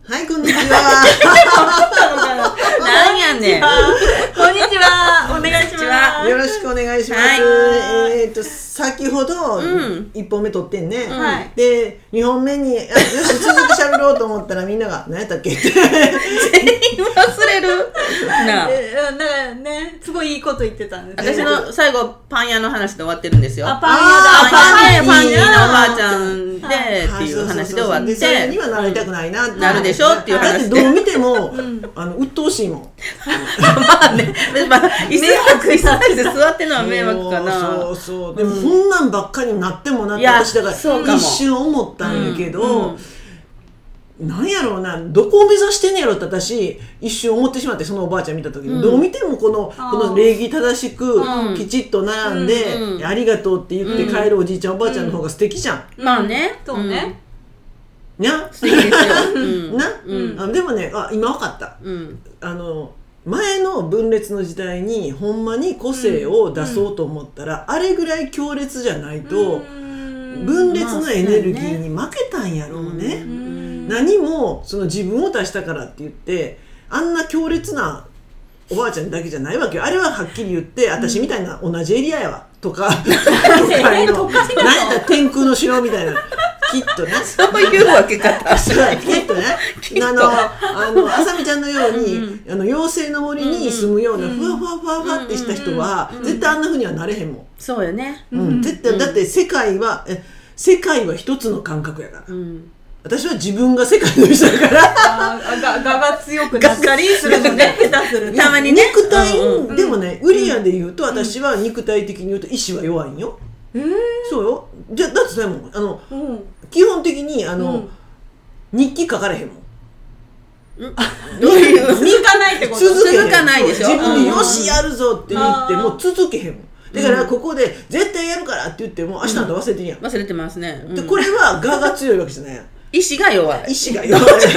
はい、こんにちは。 なんやねん。 こんにちは。お願いします。 よろしくお願いします。 はい、 先ほど1本目撮ってんね。 はい。 で、2本目によし続き喋ろうと思ったらみんなが何やったっけって。 全員忘れるなあ。 なんかね、すごいいいこと言ってたんです。 私の最後パン屋の話で終わってるんですよ。 あ、パン屋だ。 パン屋のおばあちゃんでっていう話で終わって。 それにはなりたくないなって。 なるでしょっていう話で。 だってどう見ても鬱陶しいもん。 まあね、椅子で座ってるのは迷惑かな。 そうそう。でもこんなんばっかりになってもなって私だから一瞬思ったんやけど、なんやろうな、どこを目指してんねやろって私一瞬思ってしまって、そのおばあちゃん見た時に、どう見てもこの礼儀正しくきちっと並んで、ありがとうって言って帰るおじいちゃんおばあちゃんの方が素敵じゃん。 まあね、 そうね。 な素敵ですよ。 な、でもね、今分かった。前の分裂の時代にほんまに個性を出そうと思ったら、あれぐらい強烈じゃないと分裂のエネルギーに負けたんやろうね。何もその自分を出したからって言ってあんな強烈なおばあちゃんだけじゃないわけよ。あれははっきり言って私みたいな同じエリアやわとか都会の何やったら天空の城みたいなきっとね、 そういう分け方。 きっとね、あさみちゃんのように、妖精の森に住むようなふわふわふわふわってした人は、絶対あんなふうにはなれへんもん。 そうよね。 絶対だって世界は一つの感覚やから。私は自分が世界の人だから。 我が強くなったりするのね。下手する。 たまにね。 肉体でもね、ウリアで言うと私は肉体的に言うと意志は弱いんよ。そうよ。じゃだっても基本的に日記書かれへんもん。 どういう続かないってこと？ 続かないでしょ。 自分でよしやるぞって言っても続けへんもん。だからここで絶対やるからって言っても明日なんて忘れてるやん。 忘れてますね。 でこれは我が強いわけじゃないやん。 意志が弱い。 意志が弱い。 どっち？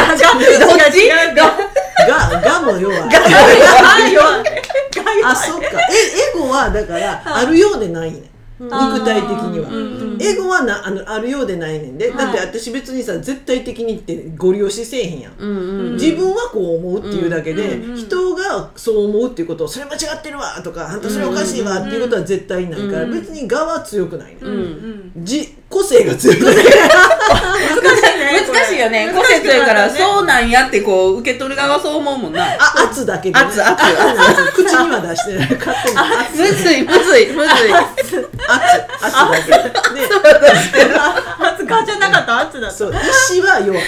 がも弱い。あ、そっか。エゴはだからあるようでないね。肉体的には。エゴはあるようでないねんで。だって私別にさ、絶対的にってご利用しせえへんやん。自分はこう思うっていうだけで、人がそう思うっていうことをそれ間違ってるわとか、あんたそれおかしいわっていうことは絶対ないから、別に我は強くないね。個性が強くない。 難しいよね。個性強いからそうなんやってこう受け取る側はそう思うもんな。 圧だけで。圧。口には出してない。勝手に。 むずい。 圧だけ。 圧がじゃなかった圧だった。 そう、意志は弱い。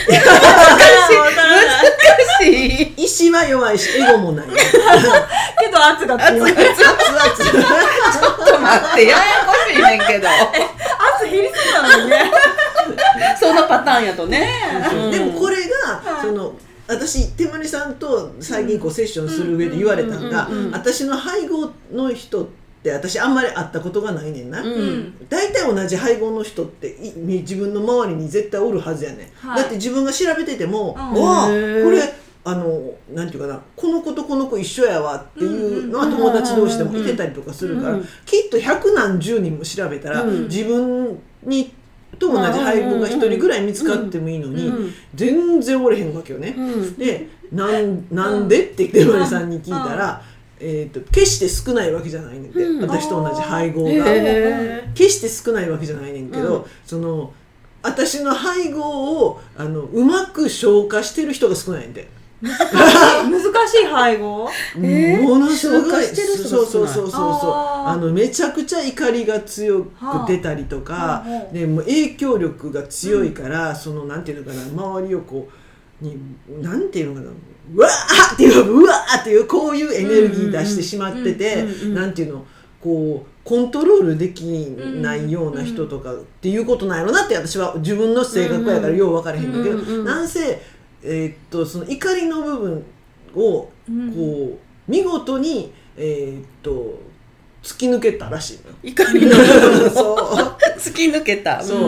難しい。 意志は弱いし、エゴもない。 けど圧が強い。 圧。 ちょっと待って、ややこしいねんけど。 圧減りそうなのにね。 そのパターンやとね。 でもこれが私手まりさんと最近セッションする上で言われたのが、私の配合の人って私あんまり会ったことがないねんな。大体同じ配合の人って自分の周りに絶対おるはずやねん。だって自分が調べてても、これなんていうかな、この子とこの子一緒やわっていうのは友達同士でもいてたりとかするから、きっと百何十人も調べたら自分にと同じ配合が一人ぐらい見つかってもいいのに、全然おれへんわけよね。で、なんでって手まりさんに聞いたら、決して少ないわけじうないねんて、私と同じ配合が決して少ないわけじゃないねんけど、私の配合をうまく消化してる人が少ないんで。 難しい配合？ ものすごい。 そうめちゃくちゃ怒りが強く出たりとか、でも影響力が強いから、なんていうのかな、周りをこうになんていうのかな、うわーっていうこういうエネルギー出してしまってて、なんていうの、こうコントロールできないような人とかっていうことなんやろなって私は自分の性格やからよう分からへんだけど、なんせその怒りの部分をこう見事に突き抜けたらしいの。 怒りの部分を突き抜けた。 そう、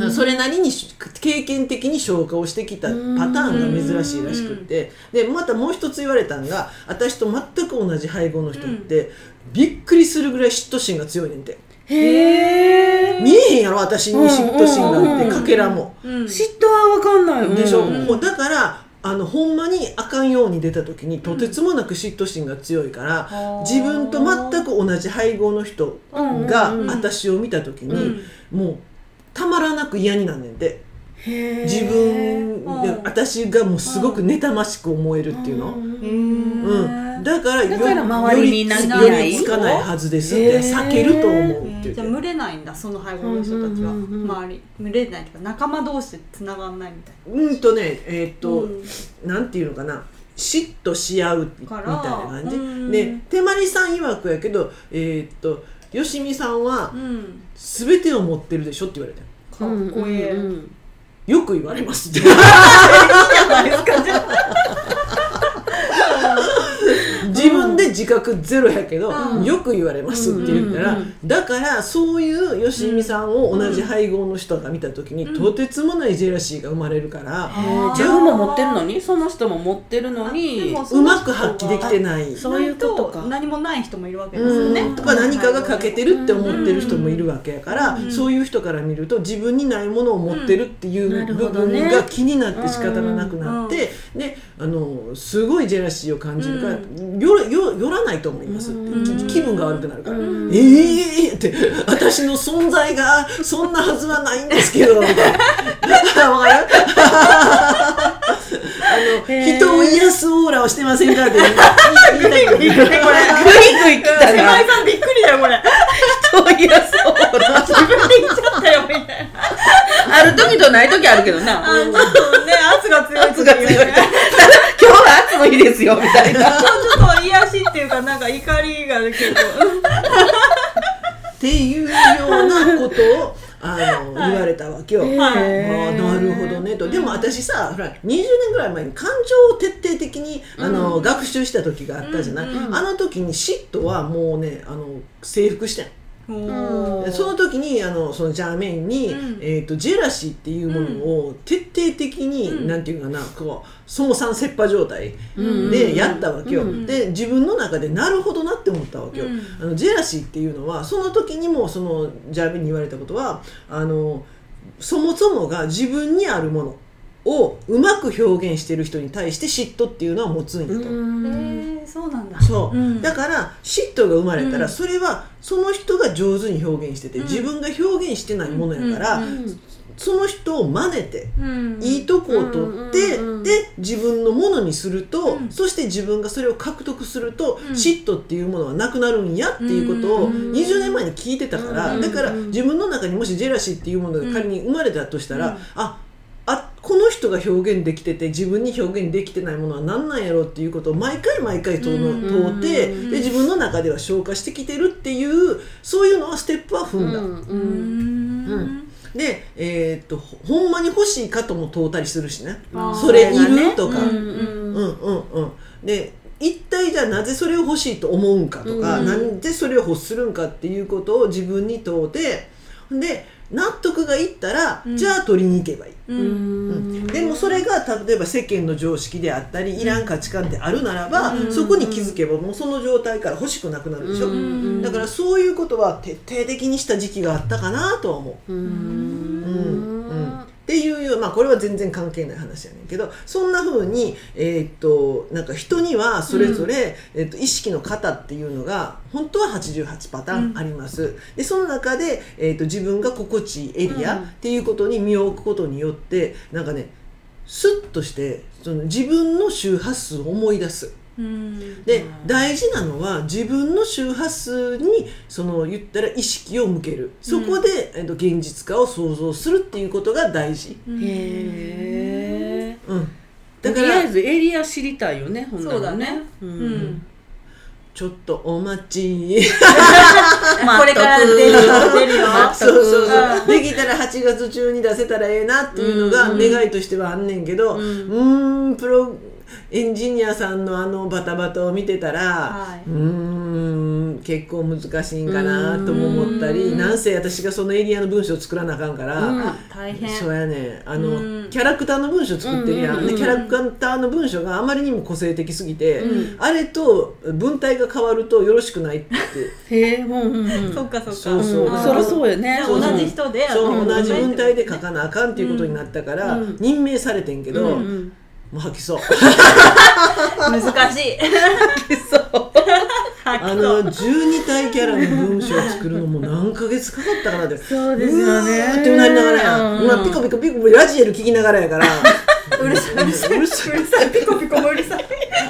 それなりに経験的に消化をしてきたパターンが珍しいらしくって、でまたもう一つ言われたのが、私と全く同じ配合の人ってびっくりするぐらい嫉妬心が強いねんて。 へ見えへんやろ私に嫉妬心なんてかけらも、 嫉妬は分かんないでしょ、だからほんまにあかんように出た時にとてつもなく嫉妬心が強いから、自分と全く同じ配合の人が私を見た時に、もうたまらなく嫌になんねんで、自分で私がもうすごく妬ましく思えるっていうの、だから周りに寄りつかないはずですって避けると思うっていう。 じゃあ群れないんだその配合の人たちは、周り群れないというか仲間同士でつながんないみたいな。 なんていうのかな、嫉妬し合うみたいな感じで、手まりさん曰くやけどよしみさんは全てを持ってるでしょって言われたかっこいい、 よく言われますって自分で自覚ゼロやけど、よく言われますって言ったら、だからそういうよしみさんを同じ配合の人が見た時に、とてつもないジェラシーが生まれるから、 自分も持ってるのにその人も持ってるのにうまく発揮できてない、 そういうことか。 何もない人もいるわけですよね、 とか何かが欠けてるって思ってる人もいるわけやから、そういう人から見ると自分にないものを持ってるっていう部分が気になって仕方がなくなって、ですごいジェラシーを感じるから、寄らないと思いますって、気分が悪くなるから、って私の存在がそんなはずはないんですけどみたいなわかる人を癒すオーラをしてませんかってグイグイ来た狭井さんびっくりだよこれ人を癒すオーラ自分で言っちゃったよみたいなある時とない時あるけどな、 ちょっとね圧が強い圧が強い今日は圧の日ですよみたいなちょっと癒しっていうかなんか怒りが結構っていうようなことを言われたわけよ。なるほどねと。でも私さ、ほら20年ぐらい前に感情を徹底的に学習した時があったじゃない。あの時に嫉妬はもうね征服してん。その時にそのジャーメインに、ジェラシーっていうものを徹底的に、なんていうかな、こうそもさん切羽状態でやったわけよ、で自分の中でなるほどなって思ったわけよ、ジェラシーっていうのはその時にもそのジャーメインに言われたことはそもそもが自分にあるものをうまく表現してる人に対して嫉妬っていうのは持つんやと。 そうなんだ。 そう、だから嫉妬が生まれたら、それはその人が上手に表現してて、自分が表現してないものやから、その人を真似て、いいとこを取って、で自分のものにすると、そして自分がそれを獲得すると、嫉妬っていうものはなくなるんやっていうことを20年前に聞いてたから、だから自分の中にもしジェラシーっていうものが仮に生まれたとしたら、この人が表現できてて自分に表現できてないものは何なんやろうっていうことを毎回問うて、で自分の中では消化してきてるっていう、そういうのはステップは踏んだ。で、ほんまに欲しいかとも問うたりするしね、それいるとか、で一体じゃあなぜそれを欲しいと思うんかとか、なんでそれを欲するんかっていうことを自分に問うて、で納得がいったら、じゃあ取りに行けばいい、でもそれが例えば世間の常識であったりいらん価値観であるならば、そこに気づけばもうその状態から欲しくなくなるでしょ、だからそういうことは徹底的にした時期があったかなとは思う。っていうよう、これは全然関係ない話やねんけど、そんな風に、なんか人にはそれぞれ、意識の型っていうのが本当は88パターンあります、でその中で、自分が心地いいエリアっていうことに身を置くことによって、なんかねスッとしてその自分の周波数を思い出す。で大事なのは自分の周波数に言ったら意識を向ける、そこで、現実化を想像するっていうことが大事。 だからとりあえずエリア知りたいよね。 そうだね。 ちょっとお待ちこれから出るよそうできたら8月中に出せたらええなっていうのが願いとしてはあんねんけど、 エンジニアさんのバタバタを見てたら、 はい、 結構難しいんかなとも思ったり、なんせ私がそのエリアの文章を作らなあかんから、 大変。 そうやね、キャラクターの文章作ってるやん、でキャラクターの文章があまりにも個性的すぎて、あれと文体が変わるとよろしくないってへえ、 そうかそうか、 そうそりゃそうよね。 同じ人で同じ文体で書かなあかんっていうことになったから、任命されてんけど、もう吐きそう難しい 12体キャラの文章を作るのも何ヶ月かかったかなって。 そうですよね。 うわーってなりながらや、今ピコピコピコラジエル聞きながらやからうるさいうるさいうるさい、ピコピコもうるさい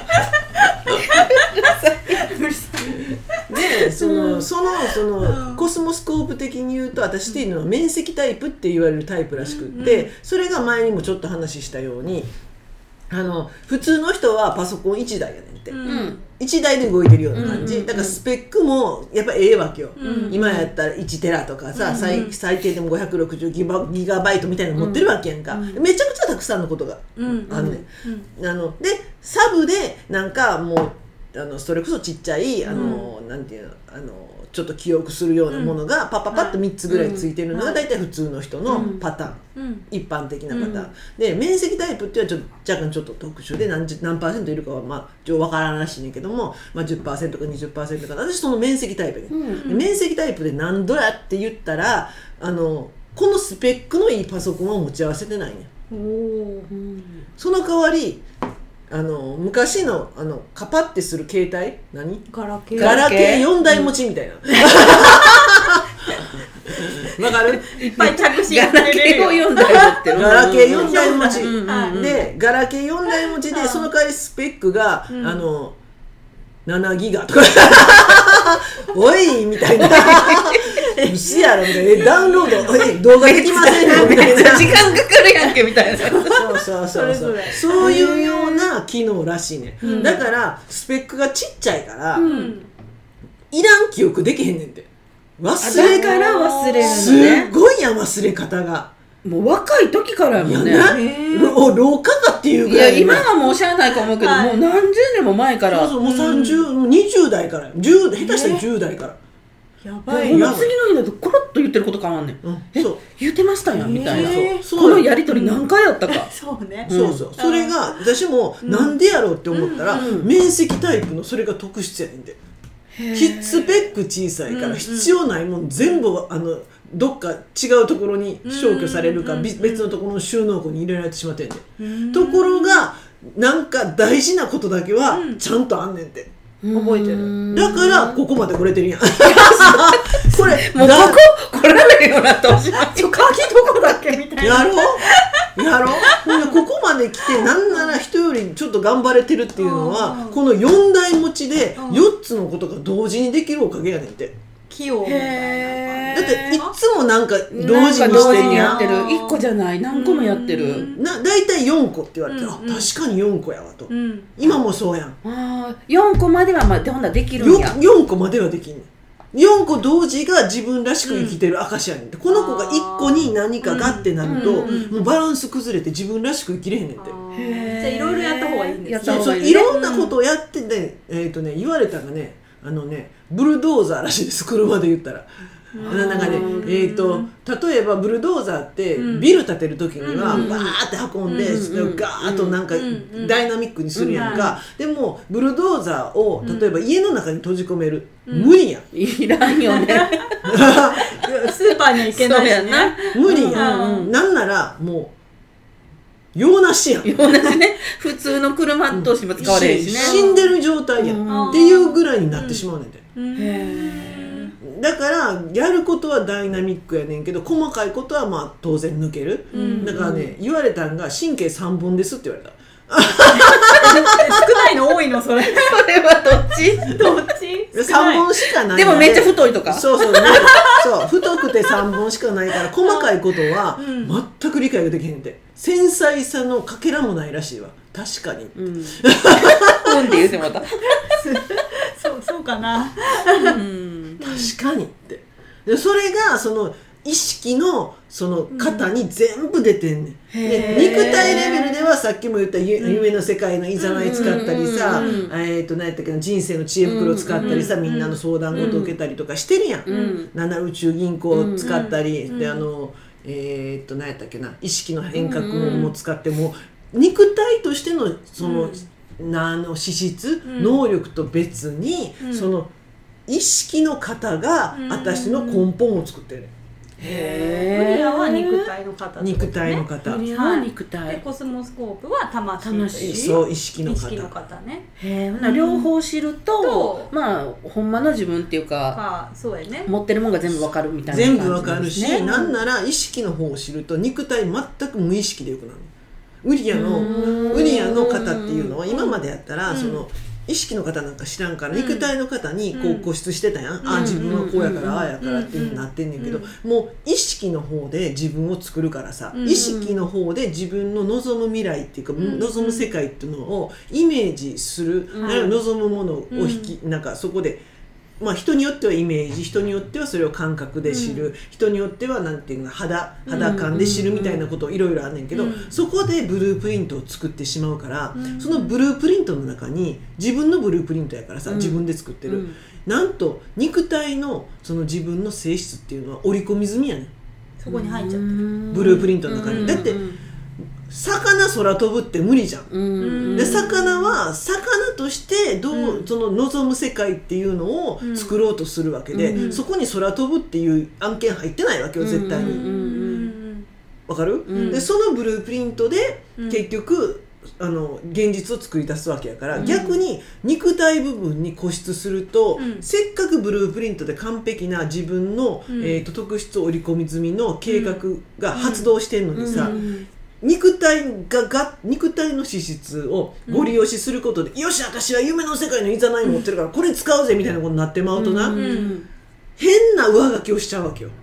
でそのコスモスコープ的に言うと、私っていうのは面積タイプって言われるタイプらしくって、それが前にもちょっと話したように、普通の人はパソコン1台やねんって、1台で動いてるような感じ、だからスペックもやっぱええわけよ、今やったら1テラとかさ、最低でも560ギガバイトみたいなの持ってるわけやんか、めちゃくちゃたくさんのことがあんねん、でサブでなんかもうそれこそちっちゃいなんていうのちょっと記憶するようなものがパッパッパッと3つぐらいついてるのが大体普通の人のパターン、一般的なパターン、で面積タイプっていうのは若干ちょっと特殊で何%いるかは分からんらしいねんけども、10% か 20% か、私その面積タイプで、面積タイプで何度やって言ったらこのスペックのいいパソコンは持ち合わせてないねん。その代わり昔のカパってする携帯ガラケー4台持ちみたいなわかる？ いっぱい着信ガラケーを4台持ってる。 ガラケー4台持ちで、ガラケー4台持ちで、その代わりスペックが7ギガとかおいみたいな牛やろみたいな、ダウンロード動画できませんよみたいな、 時間かかるやんけみたいなそういうような機能らしいね、だからスペックがちっちゃいから、いらん記憶できへんねんて。忘れから忘れるのね。 すごいやん、忘れ方が。 もう若い時からやもんね。 老化かっていうぐらい。 いや今はもうしゃあないと思うけど、もう何十年も前から。 そうもう20代から、下手したら10代から。 やばい。 次の日だとコロッと言ってること変わんねん。言ってましたやんみたいな。このやりとり何回やったか。 そうね。 そうそれが私もなんでやろうって思ったら、面積タイプのそれが特質やねんで。スペック小さいから必要ないもん全部どっか違うところに消去されるか、別のところの収納庫に入れられてしまってんで、ところがなんか大事なことだけはちゃんとあんねんて、 覚えてる。 だからここまで来れてるやんこれもうここ来られるようになってほしい。 鍵どこだっけみたいな。 やろここまで来て、なんなら人よりちょっと頑張れてるっていうのは、この4台持ちで4つのことが同時にできるおかげやねんて。 器用。だっていつもなんか同時にしてるやん。 1個じゃない何個もやってる。 だいたい4個って言われて、確かに4個やわと。今もそうやん。 4個まではほんならできるんや。 4個まではできんねん。4個同時が自分らしく生きてる証やねんて。この子が1個に何かがってなると、もうバランス崩れて自分らしく生きれへんねんて。 じゃあいろいろやった方がいいんですよ。いろんなことをやってね、言われたがね、ブルドーザーらしいです、車で言ったら。なんかね、例えばブルドーザーってビル建てる時にはバーって運んで、ガーッとなんかダイナミックにするやんか。でもブルドーザーを例えば家の中に閉じ込める、無理やん。 いらんよねスーパーには行けないしね。 無理やん。なんならもう用なしやん。 用なしね。普通の車としても使われるしね。 死んでる状態やんっていうぐらいになってしまうねんて。だからやることはダイナミックやねんけど、細かいことは当然抜ける。だからね、言われたんが神経3本ですって言われた。 少ないの多いのそれはどっち 3本しかない。 でもめっちゃ太いとか。 そう太くて3本しかないから、細かいことは全く理解ができへんて。繊細さのかけらもないらしいわ。確かに。 って言うてもた。 そうかな。 確かにって。でそれが意識のその型に全部出てんねん、で肉体レベルではさっきも言った夢の世界のいざない使ったりさ、何やったっけな、人生の知恵袋を使ったりさ、みんなの相談事を受けたりとかしてるやん、七宇宙銀行を使ったり、で何やったっけな、意識の変革も使っても肉体としてのその、資質、能力と別に、その意識の型が私の根本を作ってる。 ウリアは肉体の型、ね、 肉体の型。 ウリアは肉体。 でコスモスコープは魂。 そう、意識の型。 意識の型ね。 両方知ると、まあほんまの自分っていうか、 そうやね。 持ってるもんが全部わかるみたいな感じですね。 全部わかるし、なんなら意識の方を知ると肉体全く無意識でよくなる。ウリアの型っていうのは今までやったらその意識の方なんか知らんから、肉体の方にこう固執してたやん、自分はこうやからああやからっていう風になってんねんけど、もう意識の方で自分を作るからさ、意識の方で自分の望む未来っていうか、望む世界っていうのをイメージする、望むものをなんかそこで、まあ、人によってはイメージ、人によってはそれを感覚で知る、人によってはなんていうの肌感で知るみたいなこといろいろあんねんけど、そこでブループリントを作ってしまうから、そのブループリントの中に自分のブループリントやからさ、自分で作ってる、なんと肉体のその自分の性質っていうのは織り込み済みやねん。 そこに入っちゃってるブループリントの中に。だって魚空飛ぶって無理じゃん、で魚は魚としてその望む世界っていうのを作ろうとするわけで、そこに空飛ぶっていう案件入ってないわけよ絶対に。わかる、でそのブループリントで結局現実を作り出すわけやから、逆に肉体部分に固執すると、せっかくブループリントで完璧な自分の、特質を織り込み済みの計画が発動してんのにさ、肉体の資質をご利用しすることで、よし私は夢の世界のいざない持ってるからこれ使うぜみたいなことになってまうとな、変な上書きをしちゃうわけよ。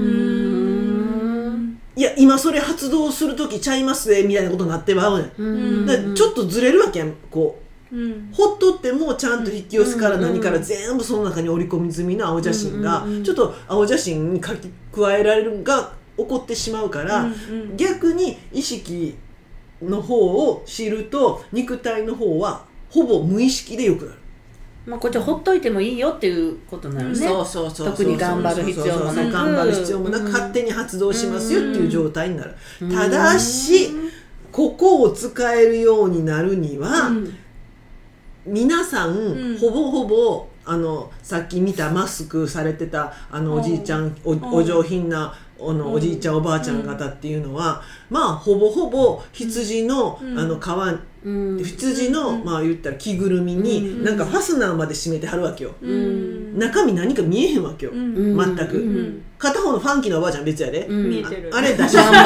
いや今それ発動するときちゃいますねみたいなことになってまうねん。だからちょっとずれるわけやん、こう、ほっとってもちゃんと引き寄せから何から全部その中に織り込み済みの青写真が、ちょっと青写真に書き加えられるが起こってしまうから、逆に意識の方を知ると肉体の方はほぼ無意識でよくなる。 まあ、こっちほっといてもいいよっていうことなのね。特に頑張る必要もなく、 頑張る必要もなく勝手に発動しますよっていう状態になる。ただしここを使えるようになるには、皆さん、ほぼほぼさっき見たマスクされてたおじいちゃん、お上品なおじいちゃんおばあちゃん方っていうのは、まあほぼほぼ羊の羊のまあ言ったら着ぐるみになんかファスナーまで締めてはるわけよ。中身何か見えへんわけよ、全く。片方のファンキーなおばあちゃん別やで、 見えてる。 あれ出しま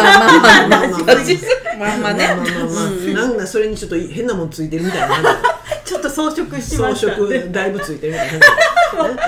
あね、 なんかそれにちょっと変なもんついてるみたいな。 ちょっと装飾しましたね。 装飾だいぶついてるみたいな。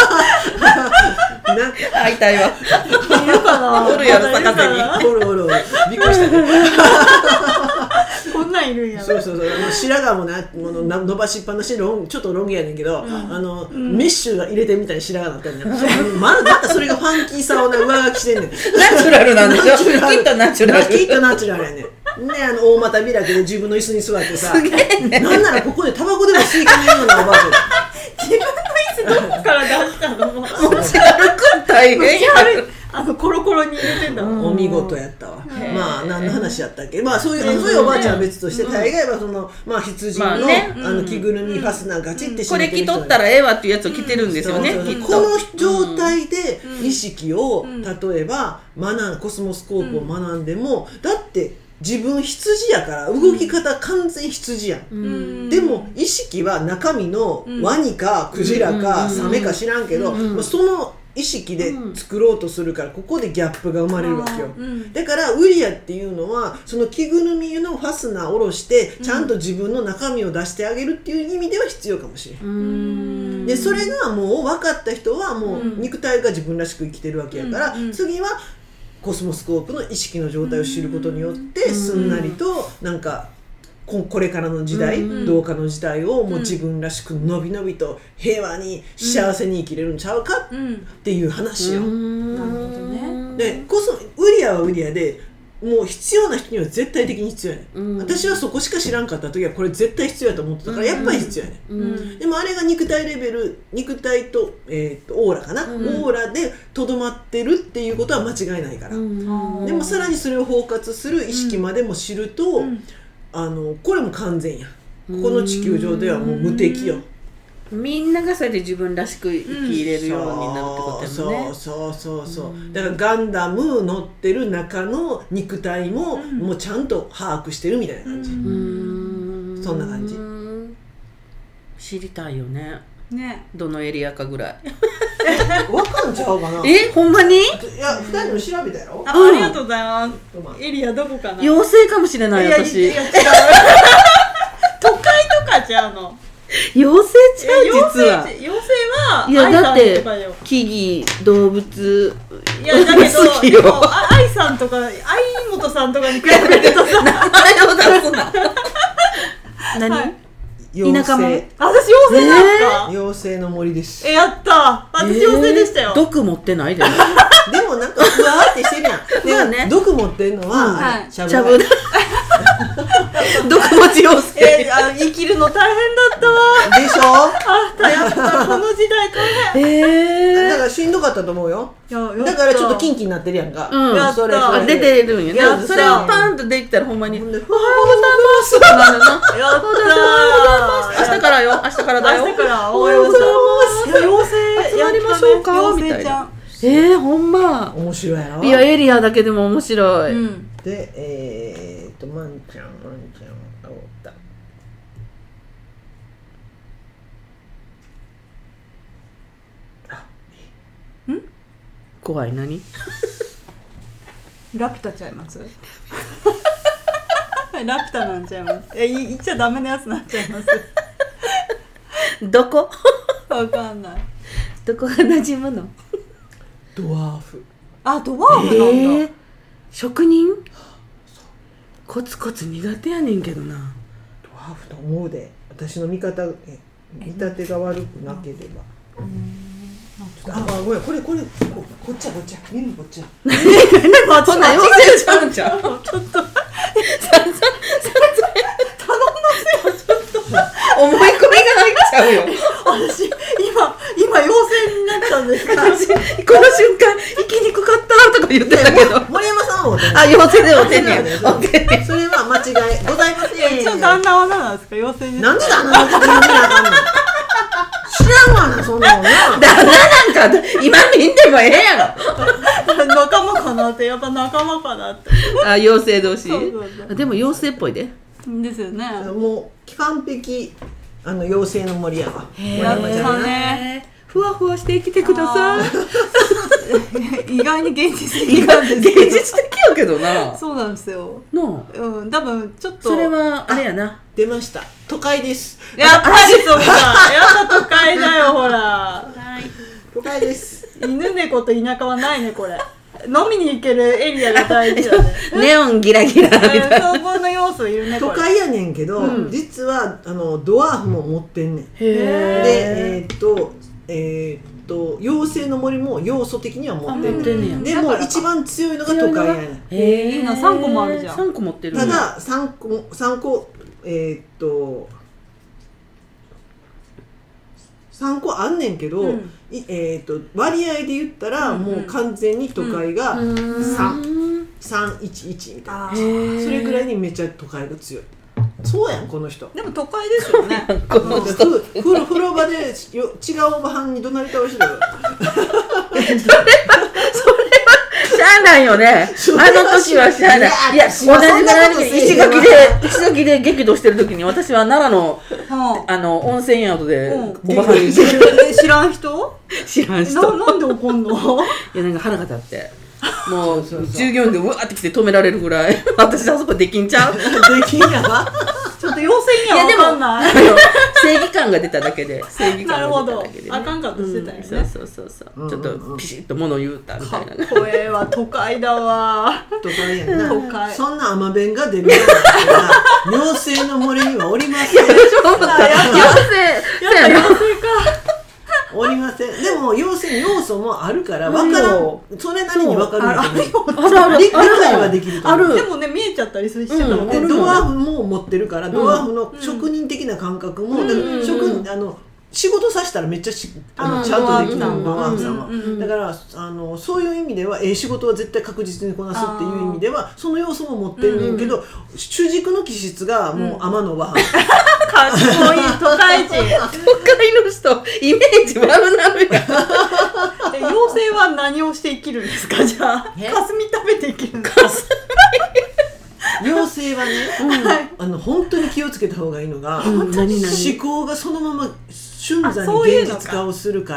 会いたいわ。 いるかな。 おるやろ坂瀬に。 おるびっくりしたね。 こんなんいるんや。 そう白髪も伸ばしっぱなしちょっとロン毛やねんけど、メッシュが入れてみたいに白髪になったんや。またそれがファンキーさを上書きしてんねん。 ナチュラルなんでしょ。きっとナチュラル。 きっとナチュラルやねん。大股開きで自分の椅子に座ってさ、なんならここでタバコでも吸い込めるようなおばあちゃん。 自分の椅子どこから出したの？ 持ち歩く大変や。 コロコロに入れてんだ。 お見事やったわ。まあ何の話やったっけ。まあそういうおばあちゃんは別として、大概はそのまあ羊の着ぐるみファスナーガチってこれ着とったらええわっていうやつを着てるんですよね。 この状態で意識を例えばコスモスコープを学んでも、だって自分羊やから動き方完全羊やん。でも意識は中身のワニかクジラかサメか知らんけど、その意識で作ろうとするから、ここでギャップが生まれるわけよ。だからウリアっていうのはその着ぐるみのファスナーを下ろしてちゃんと自分の中身を出してあげるっていう意味では必要かもしれん。でそれがもう分かった人はもう肉体が自分らしく生きてるわけやから、次はコスモスコープの意識の状態を知ることによってすんなりとなんかこれからの時代、どうかの時代をもう自分らしくのびのびと平和に幸せに生きれるんちゃうかっていう話よ。 なるほどね。 でこそウリアはウリアでもう必要な人には絶対的に必要やね、私はそこしか知らんかった時はこれ絶対必要やと思ってたからやっぱり必要やね、でもあれが肉体レベル、肉体と、オーラかな、オーラでとどまってるっていうことは間違いないから、でもさらにそれを包括する意識までも知ると、これも完全や、この地球上ではもう無敵よ。 みんながそれで自分らしく生きれるようになるってことやもんね。 そうだからガンダム乗ってる中の肉体も、もうちゃんと把握してるみたいな感じ、そんな感じ。 知りたいよね。どのエリアかぐらいわかんちゃうかな。 ほんまに？いや、2人も調べたやろ。 ありがとうございます。エリアどこかな。 妖精かもしれない私。 いや違う都会とかちゃうの。 妖精ちゃう実は。 妖精は、 いやだって木々動物、 いやだけど愛さんとか愛本さんとかに比べてとさ名前を出すな何？田舎も私妖精なんですか？ 妖精の森です。 やった私妖精でしたよ。 毒持ってないでもでもなんかふわーってしてるやん。でも毒持ってるのはしゃぶだ毒持ち妖精。 生きるの大変だったわ。 でしょ？ やったこの時代大変。 だからしんどかったと思うよ。だからちょっとキンキになってるやんか。 それ出てるんよね。それをパンとできたらほんまにおはようございますってなるな。 やった明日からよ、明日からだよ。 明日からおはようございます。妖精やりましょうかみたいな。ほんま面白いやろ。 いやエリアだけでも面白い。 でまんちゃんあおった怖い何？ ラピュタちゃいますラピュタなんちゃいます。言っちゃダメなやつなんちゃいますどこ？ わかんない。 どこが馴染むの？ ドワーフ。 ドワーフなんだ。 職人？コツコツ苦手やねんけどな。 ドワーフと思うで。私の見立てが悪くなければ。ごめん、こっちや見るこっちや。 そんな妖精ちゃうんちゃう？ちょっと頼んだ思い込みが入っちゃうよ。 私今妖精になったんですか？ この瞬間生きにくかったとか言ってたけど、 森山さんも妖精でおてんねん。 それは間違いございません。 一応旦那は何なんですか？妖精です。 なんで旦那のこと言うなあかんの？知らんわなそんなのな。 旦那なんか今見んでもええやろ。 仲間かなって、やっぱ仲間かなって。 妖精同士。 そうでも妖精っぽいで。 ですよね。 もう完璧妖精の森やわ。 やったね。 ふわふわして生きてください。 意外に現実的なんですけど。 現実的やけどな。 そうなんですよ。 の多分ちょっとそれはあれやな。 出ました。都会です。 やっぱりそうか。やっぱ都会だよほら。 都会です。 犬猫と田舎はないねこれ。飲みに行けるエリアが大事だね。 ネオンギラギラみたいな。 そこの要素いるね。 都会やねんけど、実はドワーフも持ってんねん。で妖精の森も要素的には持ってんねん。でも一番強いのが都会やねん。 いいな、3個もあるじゃん。 3個持ってる。 ただ3個3個あんねんけど、割合で言ったらもう完全に都会が311みたいな、それくらいにめっちゃ都会が強い。そうやんこの人。 でも都会ですよね。 風呂場で違うおばはんに怒鳴り倒してる。 それはしゃあないよね。あの時はしゃあない。いや同じぐらいで石垣で激怒してる時に私は奈良の温泉宿でおばはんに知らん人？ 知らん人。 なんで怒んの？ いやなんか腹が立って。もう従業員でうわーって来て止められるぐらい私あそこできんちゃう？ できんやわ。 ちょっと妖精には分かんない。 正義感が出ただけで。 なるほど。あかんかとしてたよね。 そうちょっとピシッと物言うたみたいな。 かっこええわ、都会だわ。 都会やな。 都会。 そんな甘弁が出るような妖精の森にはおりません。 妖精。 妖精か。 おりません。でも妖精要素もあるから分からん、それなりに分かるんだけど、 ある理解はできると思う。 でもね見えちゃったりするし、でドワーフも持ってるから、ドワーフの職人的な感覚も、だから仕事させたらめっちゃちゃんとできるの、ドワーフさんは。だからそういう意味では仕事は絶対確実にこなすっていう意味ではその要素も持ってるんねんけど、主軸の気質がもう天の和かっこいい都会人都会の人イメージ悪なるやん。 妖精は何をして生きるんですか？じゃあ霞食べて生きるんですか？ 妖精はね、本当に気をつけた方がいいのが、思考がそのまま瞬時に現実化をするから、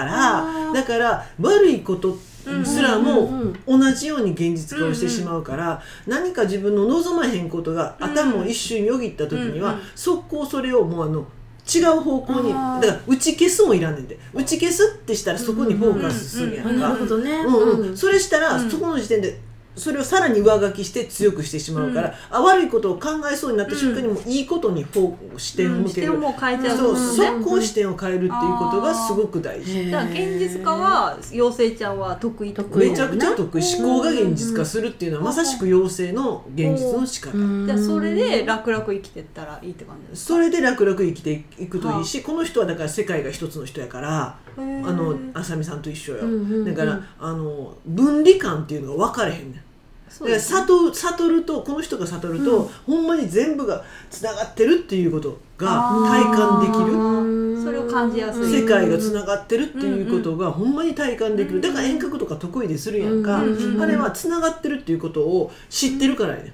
だから悪いことすらも同じように現実化をしてしまうから、何か自分の望まへんことが頭を一瞬よぎった時には速攻それをもう違う方向に、だから打ち消すもいらんねんで、打ち消すってしたらそこにフォーカスするやんか。 なるほどね。 それしたらそこの時点でそれをさらに上書きして強くしてしまうから、悪いことを考えそうになった瞬間にもいいことに視点を向ける、 視点を変えちゃう、 そう速攻視点を変えるっていうことがすごく大事。 だから現実化は妖精ちゃんは得意めちゃくちゃ得意。思考が現実化するっていうのはまさしく妖精の現実の仕方。 じゃあそれで楽々生きてったらいいって感じですか？ それで楽々生きていくといいし、この人はだから世界が一つの人やから、あさみさんと一緒よ。だから分離感っていうのが分かれへんねん。だから悟ると、この人が悟ると、ほんまに全部がつながってるっていうことが体感できる。 それを感じやすい。 世界がつながってるっていうことがほんまに体感できる。だから遠隔とか得意でするやんか。あれはつながってるっていうことを知ってるからやね。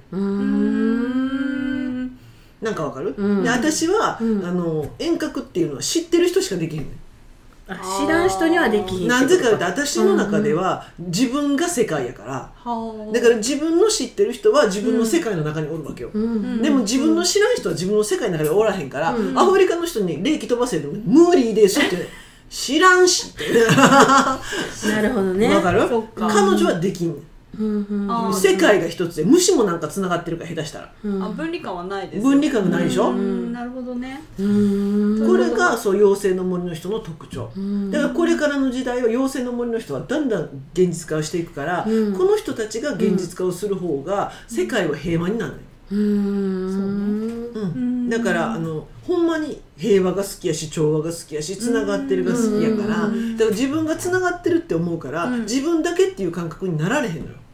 なんかわかる？で私は遠隔っていうのは知ってる人しかできへんねん。 知らん人にはできひん。 なぜかというと私の中では自分が世界やから、だから自分の知ってる人は自分の世界の中におるわけよ。でも自分の知らん人は自分の世界の中でおらへんから、アフリカの人に霊気飛ばせるの無理ですって知らんしってなるほどね。 わかる？彼女はできんねん。世界が一つで虫もなんかつながってるから下手したら、 分離感はないです。 分離感がないでしょ。 なるほどね。 これがそう妖精の森の人の特徴だから、これからの時代は妖精の森の人はだんだん現実化をしていくから、この人たちが現実化をする方が世界は平和になるのよ。だからほんまに平和が好きやし、調和が好きやし、つながってるが好きやから、だから自分がつながってるって思うから、自分だけっていう感覚になられへんのよ。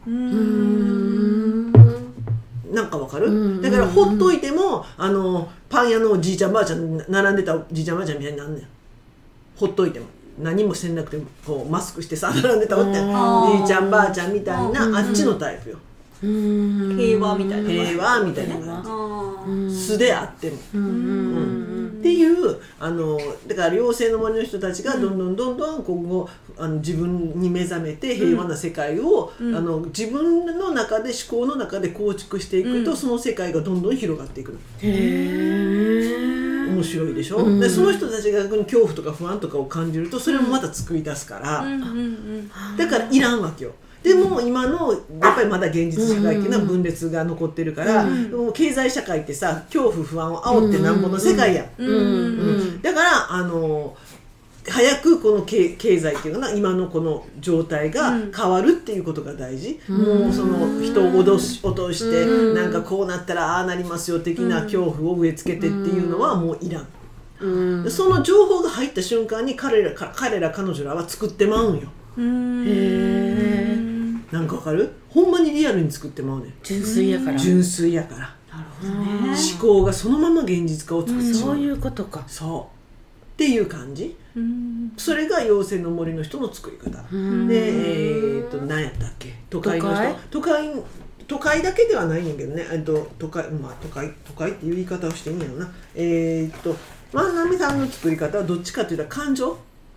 なんかわかる？だからほっといてもパン屋のおじいちゃんばあちゃん並んでたおじいちゃんばあちゃんみたいになんねん。ほっといても何もせんなくてもこうマスクしてさ並んでたおってじいちゃんばあちゃんみたいなあっちのタイプよ。 平和みたいな。 平和みたいな感じ。素であっても。っていうだから妖精の森の人たちがどんどん今後自分に目覚めて平和な世界を、自分の中で思考の中で構築していくと、その世界がどんどん広がっていくの。面白いでしょ。でその人たちが恐怖とか不安とかを感じるとそれもまた作り出すから、だからいらんわけよ。でも今のやっぱりまだ現実社会っていうのは分裂が残ってるから、もう経済社会ってさ恐怖不安を煽ってなんぼの世界や、だから早くこの経済っていうのが今のこの状態が変わるっていうことが大事、もうその人を落として、なんかこうなったらああなりますよ的な恐怖を植え付けてっていうのはもういらん、その情報が入った瞬間に彼ら彼女らは作ってまうんよ。なんかわかる？ほんまにリアルに作ってまうねん。 純粋やから。 純粋やから。 なるほどね。 思考がそのまま現実化を作ってしまう。 そういうことか。 そうっていう感じ。それが妖精の森の人の作り方。で何やったっけ？都会の人。都会だけではないんだけどね。都会っていう言い方をしていいんやろな。万波さんの作り方はどっちかというと感情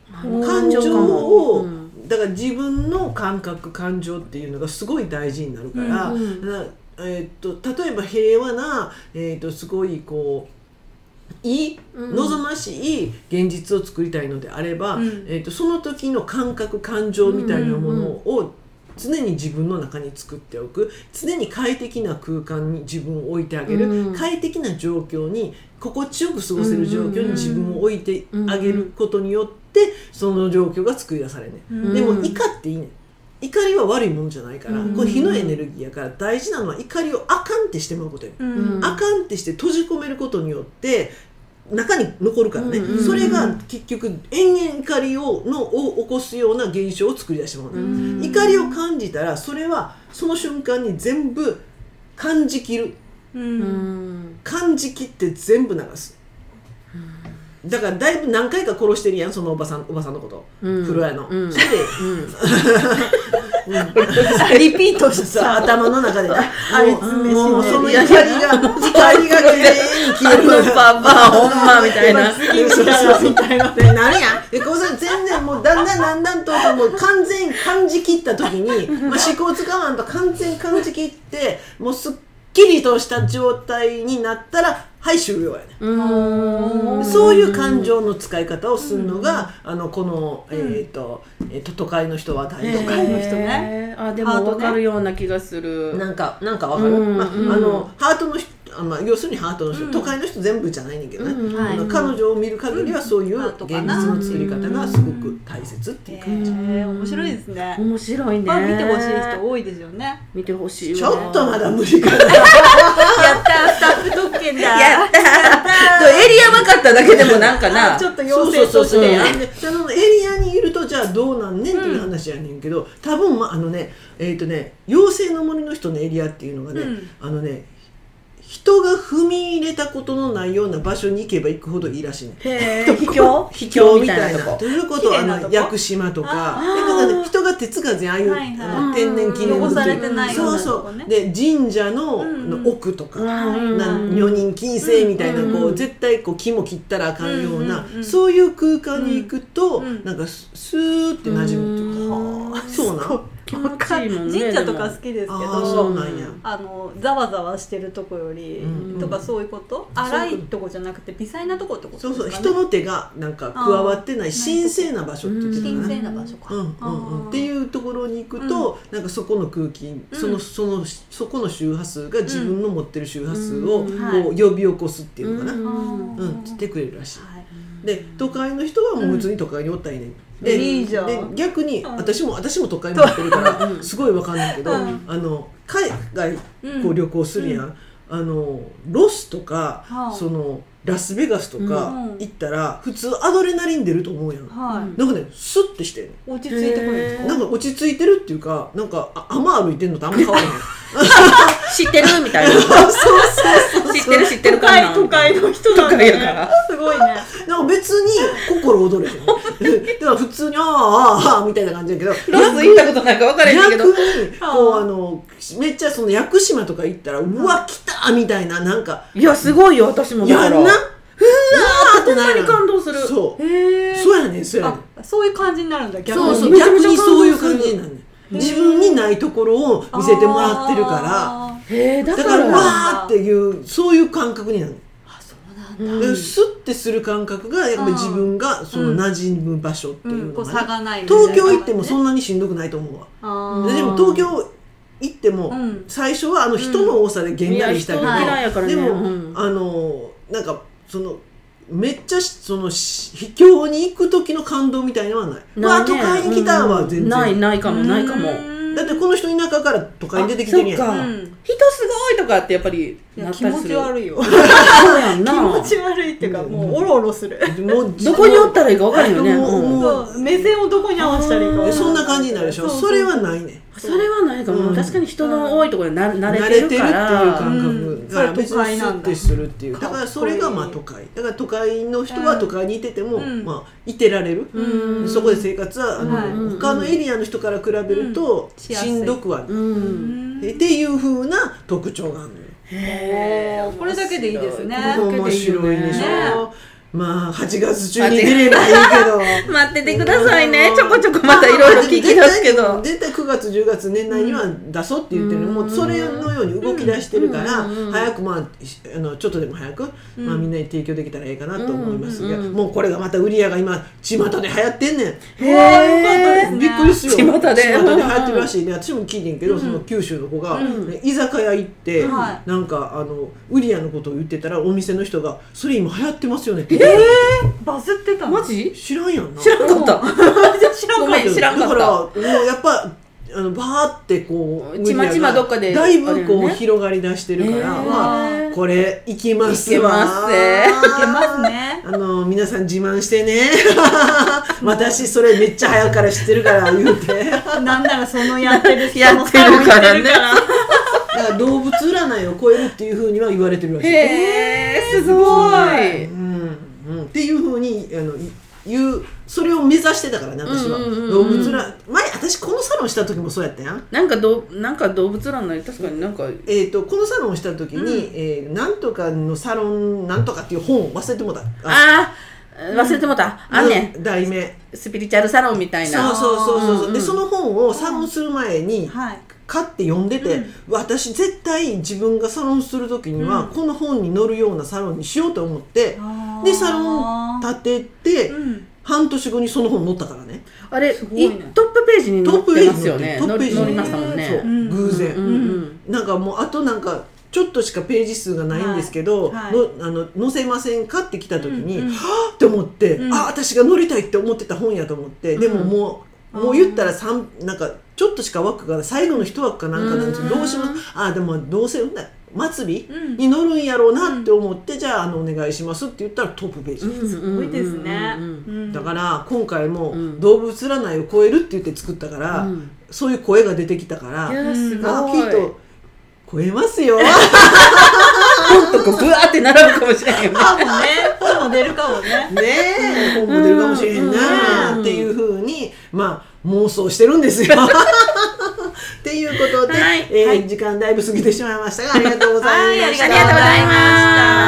をだから自分の感覚感情っていうのがすごい大事になるから、例えば平和な、すごいこういい望ましい現実を作りたいのであれば、その時の感覚感情みたいなものを常に自分の中に作っておく、常に快適な空間に自分を置いてあげる、快適な状況に心地よく過ごせる状況に自分を置いてあげることによってってその状況が作り出されね、でも怒っていいね、怒りは悪いものじゃないから、これ火のエネルギーやから大事なのは怒りをあかんってしてもらうことや、あかんってして閉じ込めることによって中に残るからね、それが結局延々怒りを起こすような現象を作り出してもらう、怒りを感じたらそれはその瞬間に全部感じきる、感じきって全部流す、だからだいぶ何回か殺してるやんそのおばさんのこと、風呂屋の、それで、 リピートしてさ頭の中であいつ飯もうその怒りが綺麗に消えるパパほんまみたいな次みたいなで何やでこう全然もうだんだんともう完全感じ切った時に、思考使わんと完全感じ切ってもうすっきりとした状態になったらはい終了やね、そういう感情の使い方をするのが、この、都会の人は大都会の人ね、 あでも分かるような気がする、 なんか分かる、ハートの人、要するにハートの人、都会の人全部じゃないねんけどね、彼女を見る限りはそういう現実の作り方がすごく大切っていう感じ、 面白いですね、 面白いね、 見てほしい人多いですよね、 見てほしいわ、 ちょっとまだ無理かなやったスタッフ特権だやったエリア分かっただけでもなんかなちょっと要請としてでそのエリアにいるとじゃあどうなんねんっていう話やねんけど、多分妖精の森の人のエリアっていうのがね、人が踏み入れたことのないような場所に行けば行くほどいいらしいね。 秘境みたいなということは屋久島とか人が手つかずにああいう天然記念物残されてないようなとこね、 で神社の奥とか女人禁制みたいな絶対木も切ったらあかんようなそういう空間に行くとなんかスーって馴染むっていうか、そうなん気持ちいいもんね、 神社とか好きですけど、 そうなんや、 ざわざわしてるとこより、とかそういうこと、荒いとこじゃなくて微細なとこってことですかね。 そう人の手がなんか加わってない神聖な場所って言ってたかな、 神聖な場所か、 っていうところに行くと、なんかそこの空気、そこの周波数が自分の持ってる周波数をこう呼び起こすっていうのかな、してくれるらしい、で都会の人はもう普通に都会におったらいいねん、で逆に私も都会に行ってるからすごいわかんないけど、海外旅行するやん、ロスとか、そのラスベガスとか行ったら普通アドレナリン出ると思うやん、なんかねスッてして落ち着いてくるんですか。 なんか落ち着いてるっていうか、なんか歩いてんのとあんま変わらない知ってるみたいな知ってるかな、 都会の人なんだね、すごいね。 なんか別に心躍れへんだから普通にあみたいな感じだけど、 ロス行ったことないか分からへんけど、 逆にこうめっちゃその屋久島とか行ったらうわ来たみたいな、なんかいやすごいよ、私もだからやんな、うわーってなる、 ほんまに感動する、 そうやねんそういう感じになるんだ、逆に逆にそういう感じになるねん、自分にないところを見せてもらってるから、だからわーっていうそういう感覚になる。スッてする感覚がやっぱり自分がその馴染む場所っていうのが、東京行ってもそんなにしんどくないと思うわ。でも東京行っても最初は人の多さでげんなりしたけど、でもなんかそのめっちゃその秘境に行く時の感動みたいのはない。都会に来たは全然ないかも。 だってこの人田舎から都会に出てきてるやん。 人すごいとかってやっぱりなったりする。 気持ち悪いよ。 そうやんな。 気持ち悪いっていうかもうオロオロする。 どこにおったらいいか分かるよね。 目線をどこに合わせたらいいか。 そんな感じになるでしょ。それはないね。 それはないかも。確かに人の多いところに慣れてるからっていう感覚が別にスッてするっていう。だからそれが都会。だから都会の人は都会にいててもいてられる。そこで生活は他のエリアの人から比べるとしんどくはないっていう風な特徴があるのよ。 これだけでいいですね。 面白いでしょ。まあ8月中に出ればいいけど待っててくださいね。ちょこちょこまたいろいろ聞き出すけど絶対9月10月年内には出そうって言ってるのもうそれのように動き出してるから早くちょっとでも早くみんなに提供できたらいいかなと思いますが、もうこれがまた売り上げが今巷で流行ってんねん。びっくりするよ。巷で流行ってるらしいね。私も聞いてんけどその九州の子が居酒屋行ってなんか売り屋のことを言ってたらお店の人がそれ今流行ってますよねってバズってたの？ マジ？ 知らんやんな。 知らんかった。 知らんかった。 ごめん知らんかった。 だからもうやっぱバーってこうちまちまどっかでだいぶこう、 ね、 広がり出してるから、まあこれいきますわ。 いけますね。 皆さん自慢してね。私それめっちゃ早くから知ってるから言うて。 なんならそのやってる人やってるからね。 だから動物占いを超えるっていうふうには言われてるらしい。 すごい。 っていうふうにそれを目指してたからね、私は。動物占い前私このサロンした時もそうやったやん。 なんか動物占い確かになんかこのサロンをした時に、なんとかのサロンなんとかっていう本を忘れてもらった。 忘れてもた。あんねん。 題名スピリチュアルサロンみたいな。 そうでその本をサロンする前に買って読んでて、私絶対自分がサロンする時にはこの本に載るようなサロンにしようと思って、でサロン立てて、半年後にその本載ったからね。 あれトップページに載ってますよね。載りましたもんね。 そう偶然、なんかもうあとなんかちょっとしかページ数がないんですけど、載せませんかって来た時に、はぁって思って、私が載りたいって思ってた本やと思って、でももう言ったらなんかちょっとしか枠が最後の一枠かなんかなんですけど、どうしますでもどうせ末尾に載るんやろうなって思って、じゃあお願いしますって言ったらトップページです。 すごいですね。 だから今回も動物占いを超えるって言って作ったから、そういう声が出てきたから、きっと超えますよ。 本とかブワーって並ぶかもしれないよね。 本も出るかもね。 本も出るかもしれへんなっていうふうに妄想してるんですよ。っていうことで、時間だいぶ過ぎてしまいましたが、ありがとうございました。 ありがとうございました。